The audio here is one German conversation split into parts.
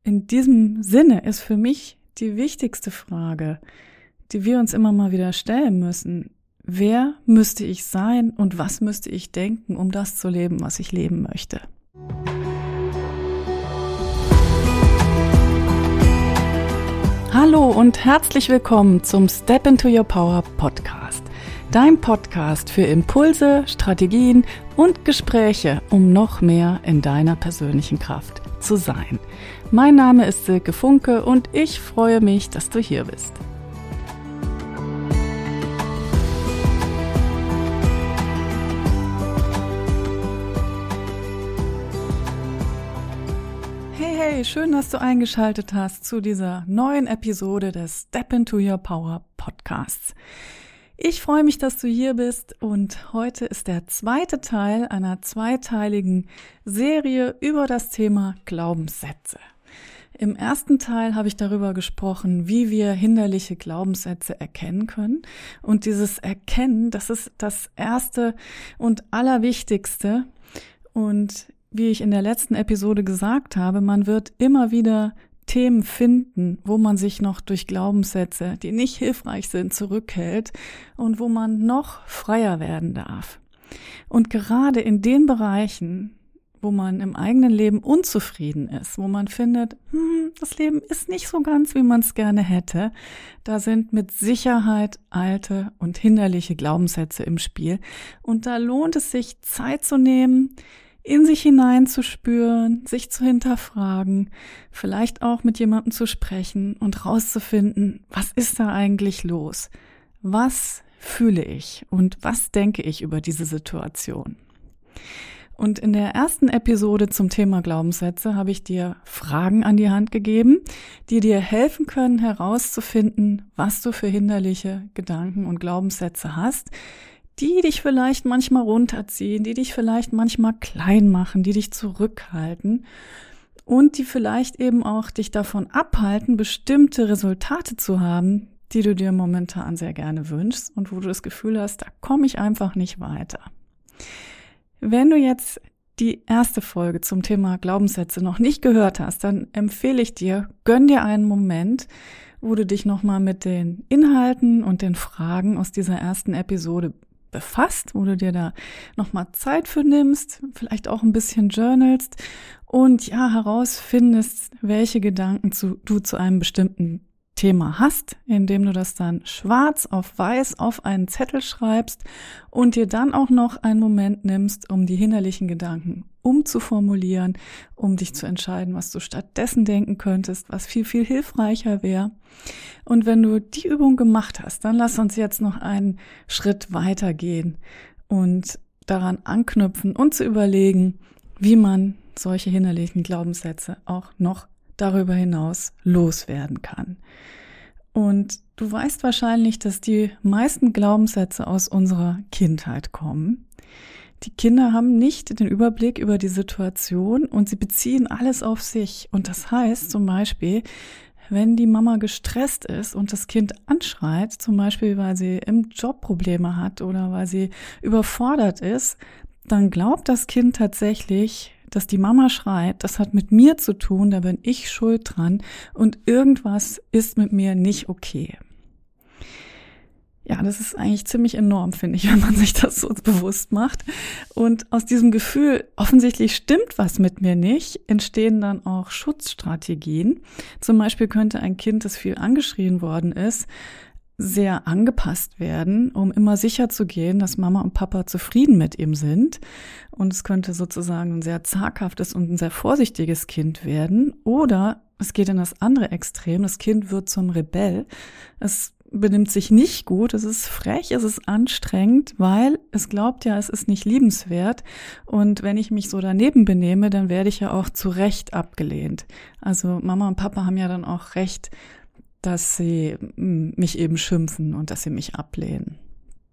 in diesem Sinne ist für mich die wichtigste Frage, die wir uns immer mal wieder stellen müssen: Wer müsste ich sein und was müsste ich denken, um das zu leben, was ich leben möchte? Hallo und herzlich willkommen zum Step into Your Power Podcast. Dein Podcast für Impulse, Strategien und Gespräche, um noch mehr in deiner persönlichen Kraft zu sein. Mein Name ist Silke Funke und ich freue mich, dass du hier bist. Hey, schön, dass du eingeschaltet hast zu dieser neuen Episode des Step into Your Power Podcasts. Ich freue mich, dass du hier bist und heute ist der zweite Teil einer zweiteiligen Serie über das Thema Glaubenssätze. Im ersten Teil habe ich darüber gesprochen, wie wir hinderliche Glaubenssätze erkennen können. Und dieses Erkennen, das ist das Erste und Allerwichtigste. Und wie ich in der letzten Episode gesagt habe, man wird immer wieder Themen finden, wo man sich noch durch Glaubenssätze, die nicht hilfreich sind, zurückhält und wo man noch freier werden darf. Und gerade in den Bereichen, wo man im eigenen Leben unzufrieden ist, wo man findet, das Leben ist nicht so ganz, wie man es gerne hätte, da sind mit Sicherheit alte und hinderliche Glaubenssätze im Spiel. Und da lohnt es sich, Zeit zu nehmen, in sich hineinzuspüren, sich zu hinterfragen, vielleicht auch mit jemandem zu sprechen und rauszufinden, was ist da eigentlich los? Was fühle ich und was denke ich über diese Situation? Und in der ersten Episode zum Thema Glaubenssätze habe ich dir Fragen an die Hand gegeben, die dir helfen können, herauszufinden, was du für hinderliche Gedanken und Glaubenssätze hast, die dich vielleicht manchmal runterziehen, die dich vielleicht manchmal klein machen, die dich zurückhalten und die vielleicht eben auch dich davon abhalten, bestimmte Resultate zu haben, die du dir momentan sehr gerne wünschst und wo du das Gefühl hast, da komme ich einfach nicht weiter. Wenn du jetzt die erste Folge zum Thema Glaubenssätze noch nicht gehört hast, dann empfehle ich dir, gönn dir einen Moment, wo du dich nochmal mit den Inhalten und den Fragen aus dieser ersten Episode befasst, wo du dir da nochmal Zeit für nimmst, vielleicht auch ein bisschen journalst und herausfindest, welche Gedanken du zu einem bestimmten Thema hast, indem du das dann schwarz auf weiß auf einen Zettel schreibst und dir dann auch noch einen Moment nimmst, um die hinderlichen Gedanken umzuformulieren, um dich zu entscheiden, was du stattdessen denken könntest, was viel, viel hilfreicher wäre. Und wenn du die Übung gemacht hast, dann lass uns jetzt noch einen Schritt weitergehen und daran anknüpfen und zu überlegen, wie man solche hinderlichen Glaubenssätze auch noch darüber hinaus loswerden kann. Und du weißt wahrscheinlich, dass die meisten Glaubenssätze aus unserer Kindheit kommen. Die Kinder haben nicht den Überblick über die Situation und sie beziehen alles auf sich. Und das heißt zum Beispiel, wenn die Mama gestresst ist und das Kind anschreit, zum Beispiel weil sie im Job Probleme hat oder weil sie überfordert ist, dann glaubt das Kind tatsächlich, dass die Mama schreit, das hat mit mir zu tun, da bin ich schuld dran und irgendwas ist mit mir nicht okay. Ja, das ist eigentlich ziemlich enorm, finde ich, wenn man sich das so bewusst macht. Und aus diesem Gefühl, offensichtlich stimmt was mit mir nicht, entstehen dann auch Schutzstrategien. Zum Beispiel könnte ein Kind, das viel angeschrien worden ist, sehr angepasst werden, um immer sicher zu gehen, dass Mama und Papa zufrieden mit ihm sind. Und es könnte sozusagen ein sehr zaghaftes und ein sehr vorsichtiges Kind werden. Oder es geht in das andere Extrem. Das Kind wird zum Rebell. Es benimmt sich nicht gut, es ist frech, es ist anstrengend, weil es glaubt ja, es ist nicht liebenswert. Und wenn ich mich so daneben benehme, dann werde ich ja auch zu Recht abgelehnt. Also Mama und Papa haben ja dann auch Recht, dass sie mich eben schimpfen und dass sie mich ablehnen.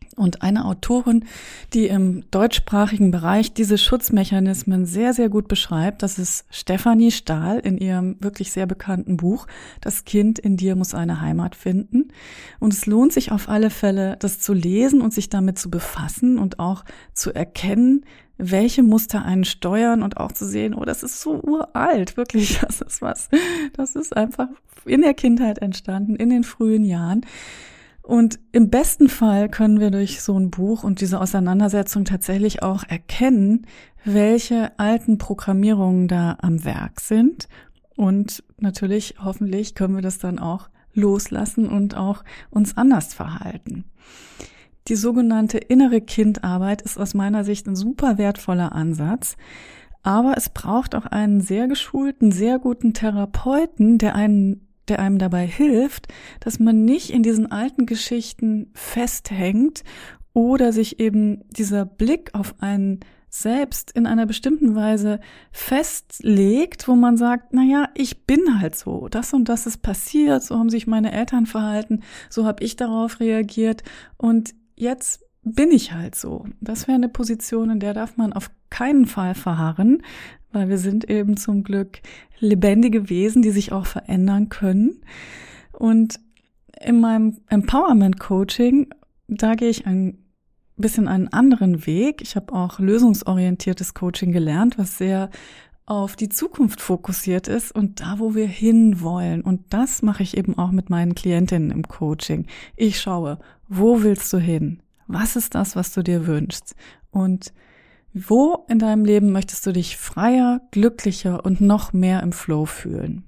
Und eine Autorin, die im deutschsprachigen Bereich diese Schutzmechanismen sehr, sehr gut beschreibt, das ist Stefanie Stahl in ihrem wirklich sehr bekannten Buch Das Kind in dir muss eine Heimat finden. Und es lohnt sich auf alle Fälle, das zu lesen und sich damit zu befassen und auch zu erkennen, welche Muster einen steuern und auch zu sehen, oh, das ist so uralt, wirklich, das ist einfach in der Kindheit entstanden, in den frühen Jahren. Und im besten Fall können wir durch so ein Buch und diese Auseinandersetzung tatsächlich auch erkennen, welche alten Programmierungen da am Werk sind. Und natürlich, hoffentlich, können wir das dann auch loslassen und auch uns anders verhalten. Die sogenannte innere Kindarbeit ist aus meiner Sicht ein super wertvoller Ansatz. Aber es braucht auch einen sehr geschulten, sehr guten Therapeuten, der einem dabei hilft, dass man nicht in diesen alten Geschichten festhängt oder sich eben dieser Blick auf einen selbst in einer bestimmten Weise festlegt, wo man sagt, naja, ich bin halt so, das und das ist passiert, so haben sich meine Eltern verhalten, so habe ich darauf reagiert und jetzt bin ich halt so. Das wäre eine Position, in der darf man auf keinen Fall verharren, weil wir sind eben zum Glück lebendige Wesen, die sich auch verändern können. Und in meinem Empowerment-Coaching, da gehe ich ein bisschen einen anderen Weg. Ich habe auch lösungsorientiertes Coaching gelernt, was sehr auf die Zukunft fokussiert ist und da, wo wir hinwollen. Und das mache ich eben auch mit meinen Klientinnen im Coaching. Ich schaue, wo willst du hin? Was ist das, was du dir wünschst? Und wo in deinem Leben möchtest du dich freier, glücklicher und noch mehr im Flow fühlen?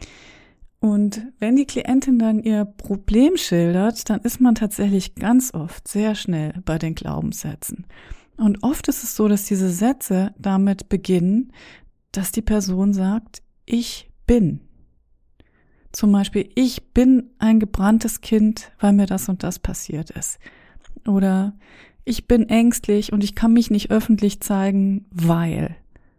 Und wenn die Klientin dann ihr Problem schildert, dann ist man tatsächlich ganz oft sehr schnell bei den Glaubenssätzen. Und oft ist es so, dass diese Sätze damit beginnen, dass die Person sagt, ich bin. Zum Beispiel, ich bin ein gebranntes Kind, weil mir das und das passiert ist. Oder ich bin ängstlich und ich kann mich nicht öffentlich zeigen, weil.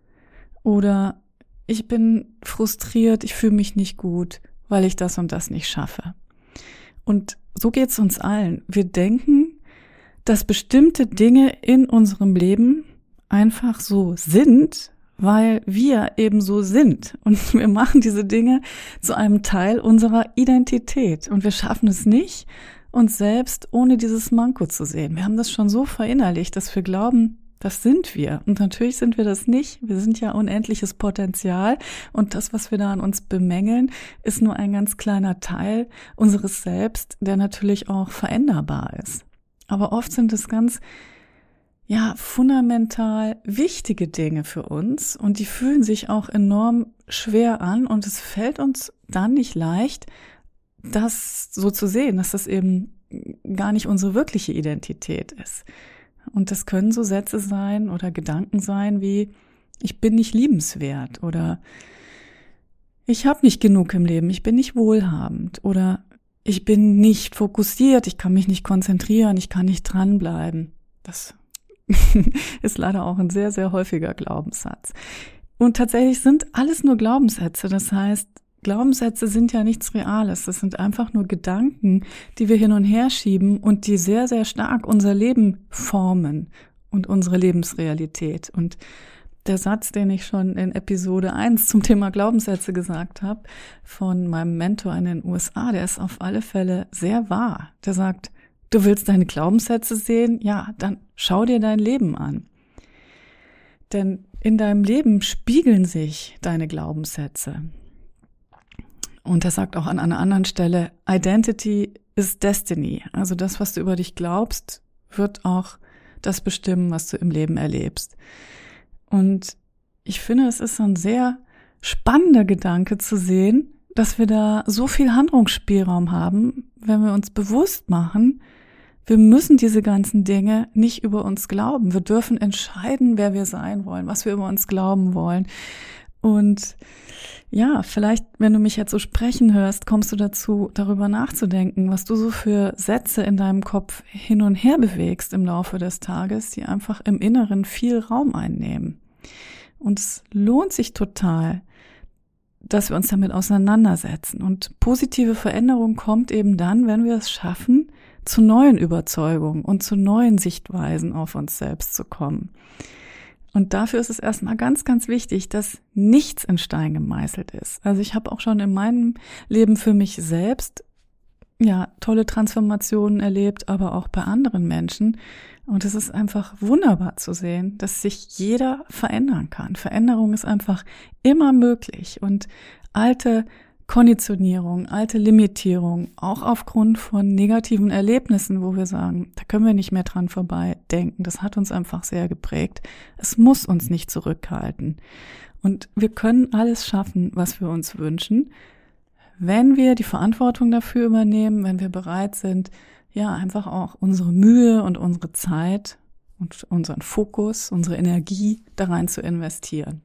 Oder ich bin frustriert, ich fühle mich nicht gut, weil ich das und das nicht schaffe. Und so geht's uns allen. Wir denken, dass bestimmte Dinge in unserem Leben einfach so sind, weil wir eben so sind. Und wir machen diese Dinge zu einem Teil unserer Identität. Und wir schaffen es nicht, uns selbst ohne dieses Manko zu sehen. Wir haben das schon so verinnerlicht, dass wir glauben, das sind wir. Und natürlich sind wir das nicht. Wir sind ja unendliches Potenzial. Und das, was wir da an uns bemängeln, ist nur ein ganz kleiner Teil unseres Selbst, der natürlich auch veränderbar ist. Aber oft sind es ganz, fundamental wichtige Dinge für uns. Und die fühlen sich auch enorm schwer an. Und es fällt uns dann nicht leicht, das so zu sehen, dass das eben gar nicht unsere wirkliche Identität ist. Und das können so Sätze sein oder Gedanken sein wie, ich bin nicht liebenswert oder ich habe nicht genug im Leben, ich bin nicht wohlhabend oder ich bin nicht fokussiert, ich kann mich nicht konzentrieren, ich kann nicht dranbleiben. Das ist leider auch ein sehr, sehr häufiger Glaubenssatz. Und tatsächlich sind alles nur Glaubenssätze, das heißt, Glaubenssätze sind ja nichts Reales, das sind einfach nur Gedanken, die wir hin und her schieben und die sehr, sehr stark unser Leben formen und unsere Lebensrealität. Und der Satz, den ich schon in Episode 1 zum Thema Glaubenssätze gesagt habe, von meinem Mentor in den USA, der ist auf alle Fälle sehr wahr. Der sagt, du willst deine Glaubenssätze sehen? Ja, dann schau dir dein Leben an. Denn in deinem Leben spiegeln sich deine Glaubenssätze. Und er sagt auch an einer anderen Stelle, Identity is Destiny. Also das, was du über dich glaubst, wird auch das bestimmen, was du im Leben erlebst. Und ich finde, es ist ein sehr spannender Gedanke zu sehen, dass wir da so viel Handlungsspielraum haben, wenn wir uns bewusst machen, wir müssen diese ganzen Dinge nicht über uns glauben. Wir dürfen entscheiden, wer wir sein wollen, was wir über uns glauben wollen. Und ja, vielleicht, wenn du mich jetzt so sprechen hörst, kommst du dazu, darüber nachzudenken, was du so für Sätze in deinem Kopf hin und her bewegst im Laufe des Tages, die einfach im Inneren viel Raum einnehmen. Und es lohnt sich total, dass wir uns damit auseinandersetzen. Und positive Veränderung kommt eben dann, wenn wir es schaffen, zu neuen Überzeugungen und zu neuen Sichtweisen auf uns selbst zu kommen. Und dafür ist es erstmal ganz, ganz wichtig, dass nichts in Stein gemeißelt ist. Also ich habe auch schon in meinem Leben für mich selbst tolle Transformationen erlebt, aber auch bei anderen Menschen. Und es ist einfach wunderbar zu sehen, dass sich jeder verändern kann. Veränderung ist einfach immer möglich und alte Konditionierung, alte Limitierung, auch aufgrund von negativen Erlebnissen, wo wir sagen, da können wir nicht mehr dran vorbei denken. Das hat uns einfach sehr geprägt. Es muss uns nicht zurückhalten. Und wir können alles schaffen, was wir uns wünschen, wenn wir die Verantwortung dafür übernehmen, wenn wir bereit sind, einfach auch unsere Mühe und unsere Zeit und unseren Fokus, unsere Energie da rein zu investieren.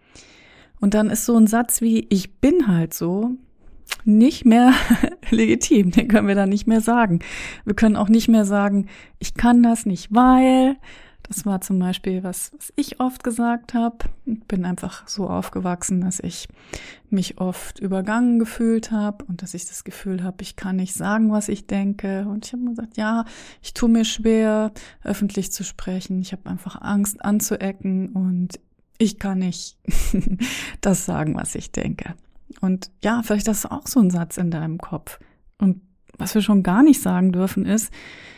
Und dann ist so ein Satz wie, ich bin halt so, nicht mehr legitim. Den können wir dann nicht mehr sagen. Wir können auch nicht mehr sagen, ich kann das nicht, weil... Das war zum Beispiel was ich oft gesagt habe. Ich bin einfach so aufgewachsen, dass ich mich oft übergangen gefühlt habe und dass ich das Gefühl habe, ich kann nicht sagen, was ich denke. Und ich habe mir gesagt, ich tue mir schwer, öffentlich zu sprechen. Ich habe einfach Angst anzuecken und ich kann nicht das sagen, was ich denke. Und vielleicht ist das auch so ein Satz in deinem Kopf. Und was wir schon gar nicht sagen dürfen ist,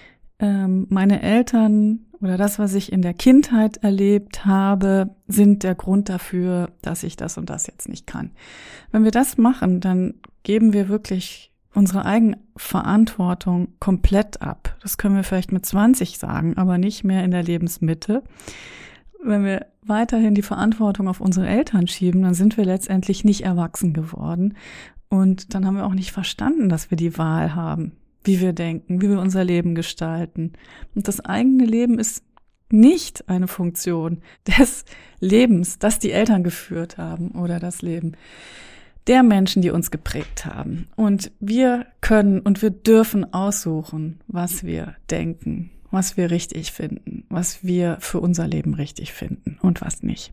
meine Eltern oder das, was ich in der Kindheit erlebt habe, sind der Grund dafür, dass ich das und das jetzt nicht kann. Wenn wir das machen, dann geben wir wirklich unsere Eigenverantwortung komplett ab. Das können wir vielleicht mit 20 sagen, aber nicht mehr in der Lebensmitte. Wenn wir weiterhin die Verantwortung auf unsere Eltern schieben, dann sind wir letztendlich nicht erwachsen geworden. Und dann haben wir auch nicht verstanden, dass wir die Wahl haben, wie wir denken, wie wir unser Leben gestalten. Und das eigene Leben ist nicht eine Funktion des Lebens, das die Eltern geführt haben oder das Leben der Menschen, die uns geprägt haben. Und wir können und wir dürfen aussuchen, was wir denken, was wir richtig finden, was wir für unser Leben richtig finden und was nicht.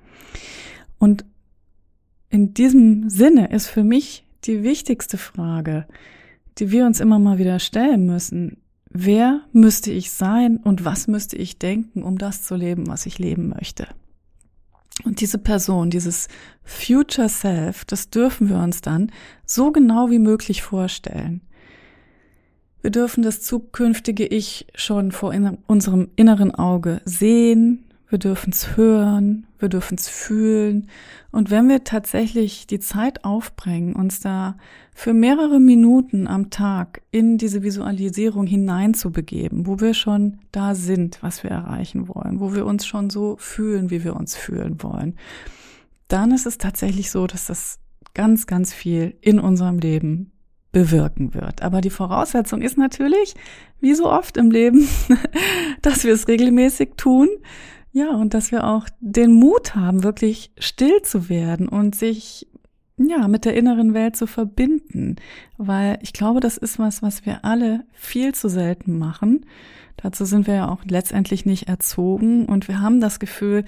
Und in diesem Sinne ist für mich die wichtigste Frage, die wir uns immer mal wieder stellen müssen: Wer müsste ich sein und was müsste ich denken, um das zu leben, was ich leben möchte? Und diese Person, dieses Future Self, das dürfen wir uns dann so genau wie möglich vorstellen. Wir dürfen das zukünftige Ich schon vor unserem inneren Auge sehen, wir dürfen es hören, wir dürfen es fühlen. Und wenn wir tatsächlich die Zeit aufbringen, uns da für mehrere Minuten am Tag in diese Visualisierung hineinzubegeben, wo wir schon da sind, was wir erreichen wollen, wo wir uns schon so fühlen, wie wir uns fühlen wollen, dann ist es tatsächlich so, dass das ganz, ganz viel in unserem Leben bewirken wird. Aber die Voraussetzung ist natürlich, wie so oft im Leben, dass wir es regelmäßig tun. Und dass wir auch den Mut haben, wirklich still zu werden und sich mit der inneren Welt zu verbinden. Weil ich glaube, das ist was wir alle viel zu selten machen. Dazu sind wir ja auch letztendlich nicht erzogen und wir haben das Gefühl,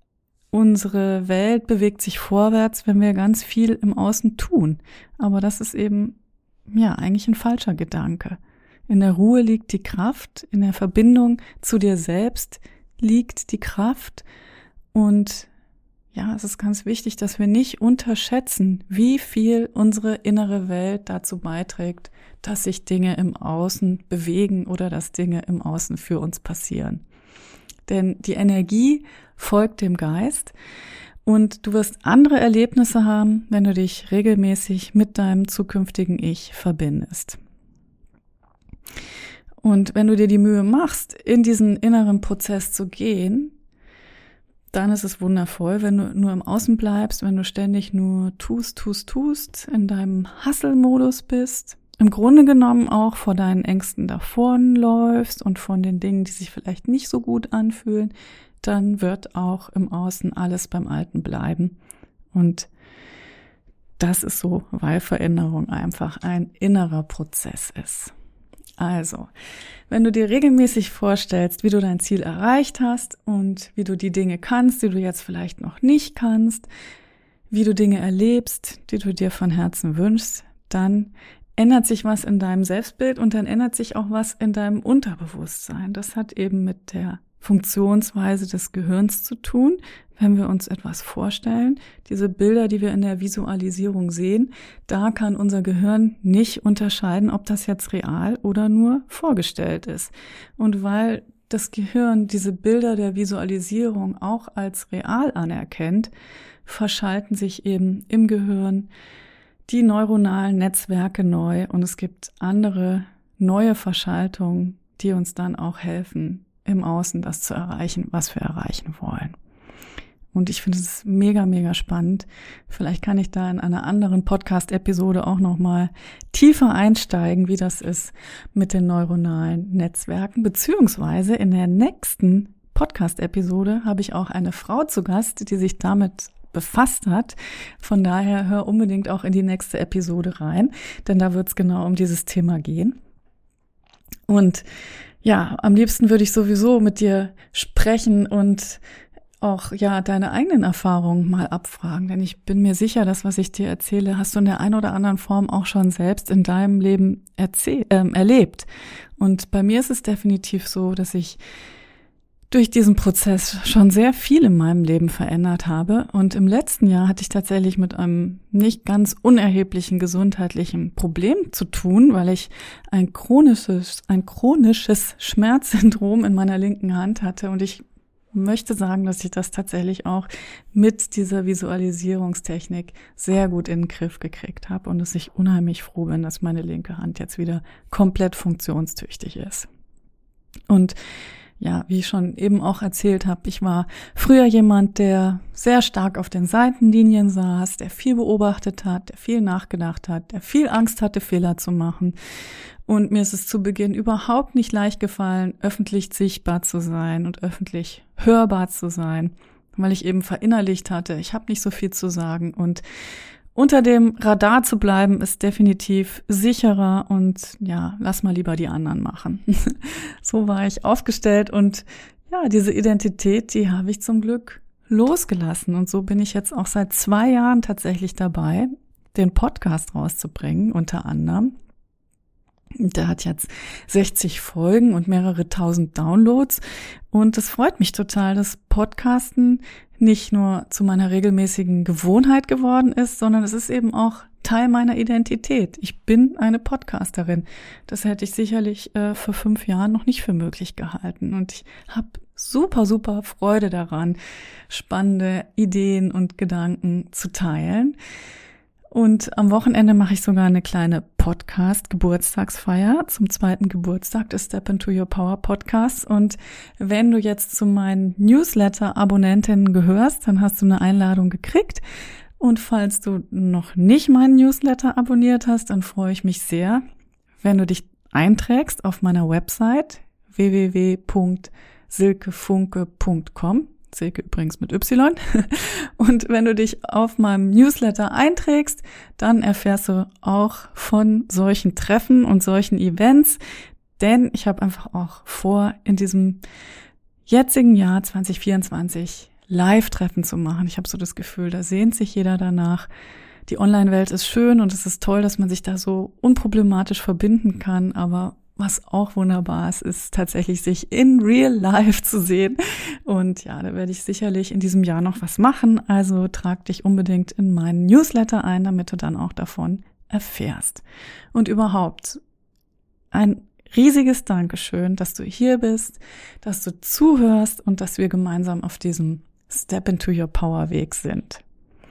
unsere Welt bewegt sich vorwärts, wenn wir ganz viel im Außen tun. Aber das ist eben eigentlich ein falscher Gedanke. In der Ruhe liegt die Kraft, in der Verbindung zu dir selbst liegt die Kraft. Und es ist ganz wichtig, dass wir nicht unterschätzen, wie viel unsere innere Welt dazu beiträgt, dass sich Dinge im Außen bewegen oder dass Dinge im Außen für uns passieren. Denn die Energie folgt dem Geist und du wirst andere Erlebnisse haben, wenn du dich regelmäßig mit deinem zukünftigen Ich verbindest. Und wenn du dir die Mühe machst, in diesen inneren Prozess zu gehen, dann ist es wundervoll, wenn du nur im Außen bleibst, wenn du ständig nur tust, in deinem Hustle-Modus bist, im Grunde genommen auch vor deinen Ängsten davonläufst und von den Dingen, die sich vielleicht nicht so gut anfühlen, dann wird auch im Außen alles beim Alten bleiben. Und das ist so, weil Veränderung einfach ein innerer Prozess ist. Also, wenn du dir regelmäßig vorstellst, wie du dein Ziel erreicht hast und wie du die Dinge kannst, die du jetzt vielleicht noch nicht kannst, wie du Dinge erlebst, die du dir von Herzen wünschst, dann ändert sich was in deinem Selbstbild und dann ändert sich auch was in deinem Unterbewusstsein. Das hat eben mit der Funktionsweise des Gehirns zu tun, wenn wir uns etwas vorstellen. Diese Bilder, die wir in der Visualisierung sehen, da kann unser Gehirn nicht unterscheiden, ob das jetzt real oder nur vorgestellt ist. Und weil das Gehirn diese Bilder der Visualisierung auch als real anerkennt, verschalten sich eben im Gehirn die neuronalen Netzwerke neu und es gibt andere neue Verschaltungen, die uns dann auch helfen, im Außen das zu erreichen, was wir erreichen wollen. Und ich finde es mega, mega spannend. Vielleicht kann ich da in einer anderen Podcast-Episode auch nochmal tiefer einsteigen, wie das ist mit den neuronalen Netzwerken. Beziehungsweise in der nächsten Podcast-Episode habe ich auch eine Frau zu Gast, die sich damit befasst hat. Von daher hör unbedingt auch in die nächste Episode rein, denn da wird es genau um dieses Thema gehen. Und ja, am liebsten würde ich sowieso mit dir sprechen und auch deine eigenen Erfahrungen mal abfragen, denn ich bin mir sicher, das, was ich dir erzähle, hast du in der einen oder anderen Form auch schon selbst in deinem Leben erlebt. Und bei mir ist es definitiv so, dass ich durch diesen Prozess schon sehr viel in meinem Leben verändert habe. Und im letzten Jahr hatte ich tatsächlich mit einem nicht ganz unerheblichen gesundheitlichen Problem zu tun, weil ich ein chronisches Schmerzsyndrom in meiner linken Hand hatte. Und ich möchte sagen, dass ich das tatsächlich auch mit dieser Visualisierungstechnik sehr gut in den Griff gekriegt habe und dass ich unheimlich froh bin, dass meine linke Hand jetzt wieder komplett funktionstüchtig ist. Und ja, wie ich schon eben auch erzählt habe, ich war früher jemand, der sehr stark auf den Seitenlinien saß, der viel beobachtet hat, der viel nachgedacht hat, der viel Angst hatte, Fehler zu machen. Und mir ist es zu Beginn überhaupt nicht leicht gefallen, öffentlich sichtbar zu sein und öffentlich hörbar zu sein, weil ich eben verinnerlicht hatte, ich habe nicht so viel zu sagen und unter dem Radar zu bleiben ist definitiv sicherer und ja, lass mal lieber die anderen machen. So war ich aufgestellt und ja, diese Identität, die habe ich zum Glück losgelassen und so bin ich jetzt auch seit 2 Jahren tatsächlich dabei, den Podcast rauszubringen, unter anderem. Der hat jetzt 60 Folgen und mehrere tausend Downloads und es freut mich total, dass Podcasten nicht nur zu meiner regelmäßigen Gewohnheit geworden ist, sondern es ist eben auch Teil meiner Identität. Ich bin eine Podcasterin. Das hätte ich sicherlich vor 5 Jahren noch nicht für möglich gehalten und ich habe super, super Freude daran, spannende Ideen und Gedanken zu teilen. Und am Wochenende mache ich sogar eine kleine Podcast-Geburtstagsfeier zum 2. Geburtstag des Step into Your Power Podcasts. Und wenn du jetzt zu meinen Newsletter-Abonnentinnen gehörst, dann hast du eine Einladung gekriegt. Und falls du noch nicht meinen Newsletter abonniert hast, dann freue ich mich sehr, wenn du dich einträgst auf meiner Website www.silkefunke.com. Silke übrigens mit Y. Und wenn du dich auf meinem Newsletter einträgst, dann erfährst du auch von solchen Treffen und solchen Events, denn ich habe einfach auch vor, in diesem jetzigen Jahr 2024 Live-Treffen zu machen. Ich habe so das Gefühl, da sehnt sich jeder danach. Die Online-Welt ist schön und es ist toll, dass man sich da so unproblematisch verbinden kann, aber was auch wunderbar ist tatsächlich sich in real life zu sehen. Und ja, da werde ich sicherlich in diesem Jahr noch was machen. Also trag dich unbedingt in meinen Newsletter ein, damit du dann auch davon erfährst. Und überhaupt ein riesiges Dankeschön, dass du hier bist, dass du zuhörst und dass wir gemeinsam auf diesem Step into Your Power Weg sind.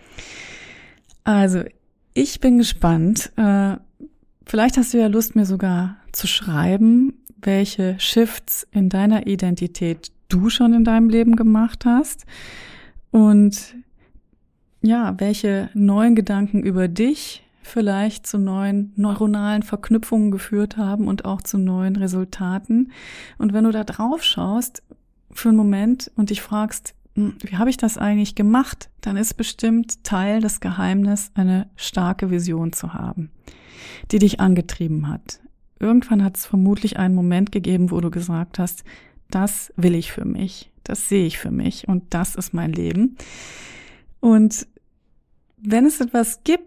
Also, ich bin gespannt. Vielleicht hast du ja Lust, mir sogar zu schreiben, welche Shifts in deiner Identität du schon in deinem Leben gemacht hast und ja, welche neuen Gedanken über dich vielleicht zu neuen neuronalen Verknüpfungen geführt haben und auch zu neuen Resultaten. Und wenn du da drauf schaust für einen Moment und dich fragst, wie habe ich das eigentlich gemacht, dann ist bestimmt Teil des Geheimnisses, eine starke Vision zu haben, die dich angetrieben hat. Irgendwann hat es vermutlich einen Moment gegeben, wo du gesagt hast, das will ich für mich, das sehe ich für mich und das ist mein Leben. Und wenn es etwas gibt,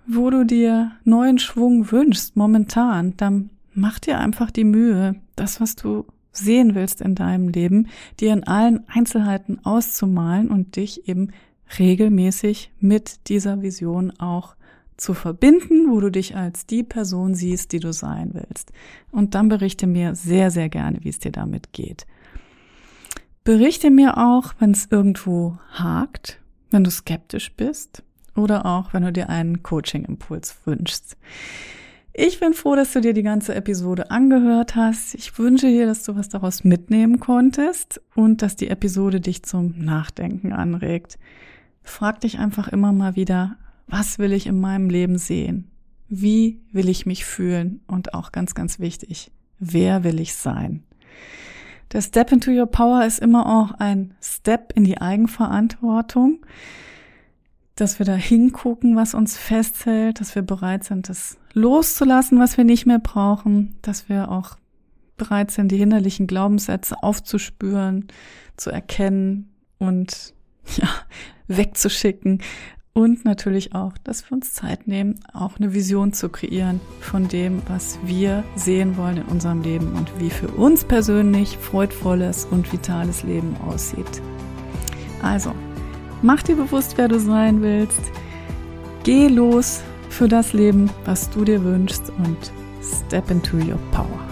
wo du dir neuen Schwung wünschst momentan, dann mach dir einfach die Mühe, das, was du sehen willst in deinem Leben, dir in allen Einzelheiten auszumalen und dich eben regelmäßig mit dieser Vision auch zu verbinden, wo du dich als die Person siehst, die du sein willst. Und dann berichte mir sehr, sehr gerne, wie es dir damit geht. Berichte mir auch, wenn es irgendwo hakt, wenn du skeptisch bist oder auch, wenn du dir einen Coaching-Impuls wünschst. Ich bin froh, dass du dir die ganze Episode angehört hast. Ich wünsche dir, dass du was daraus mitnehmen konntest und dass die Episode dich zum Nachdenken anregt. Frag dich einfach immer mal wieder, was will ich in meinem Leben sehen? Wie will ich mich fühlen? Und auch ganz, ganz wichtig, wer will ich sein? Der Step into Your Power ist immer auch ein Step in die Eigenverantwortung, dass wir da hingucken, was uns festhält, dass wir bereit sind, das loszulassen, was wir nicht mehr brauchen, dass wir auch bereit sind, die hinderlichen Glaubenssätze aufzuspüren, zu erkennen und wegzuschicken. Und natürlich auch, dass wir uns Zeit nehmen, auch eine Vision zu kreieren von dem, was wir sehen wollen in unserem Leben und wie für uns persönlich freudvolles und vitales Leben aussieht. Also, mach dir bewusst, wer du sein willst. Geh los für das Leben, was du dir wünschst und step into your power.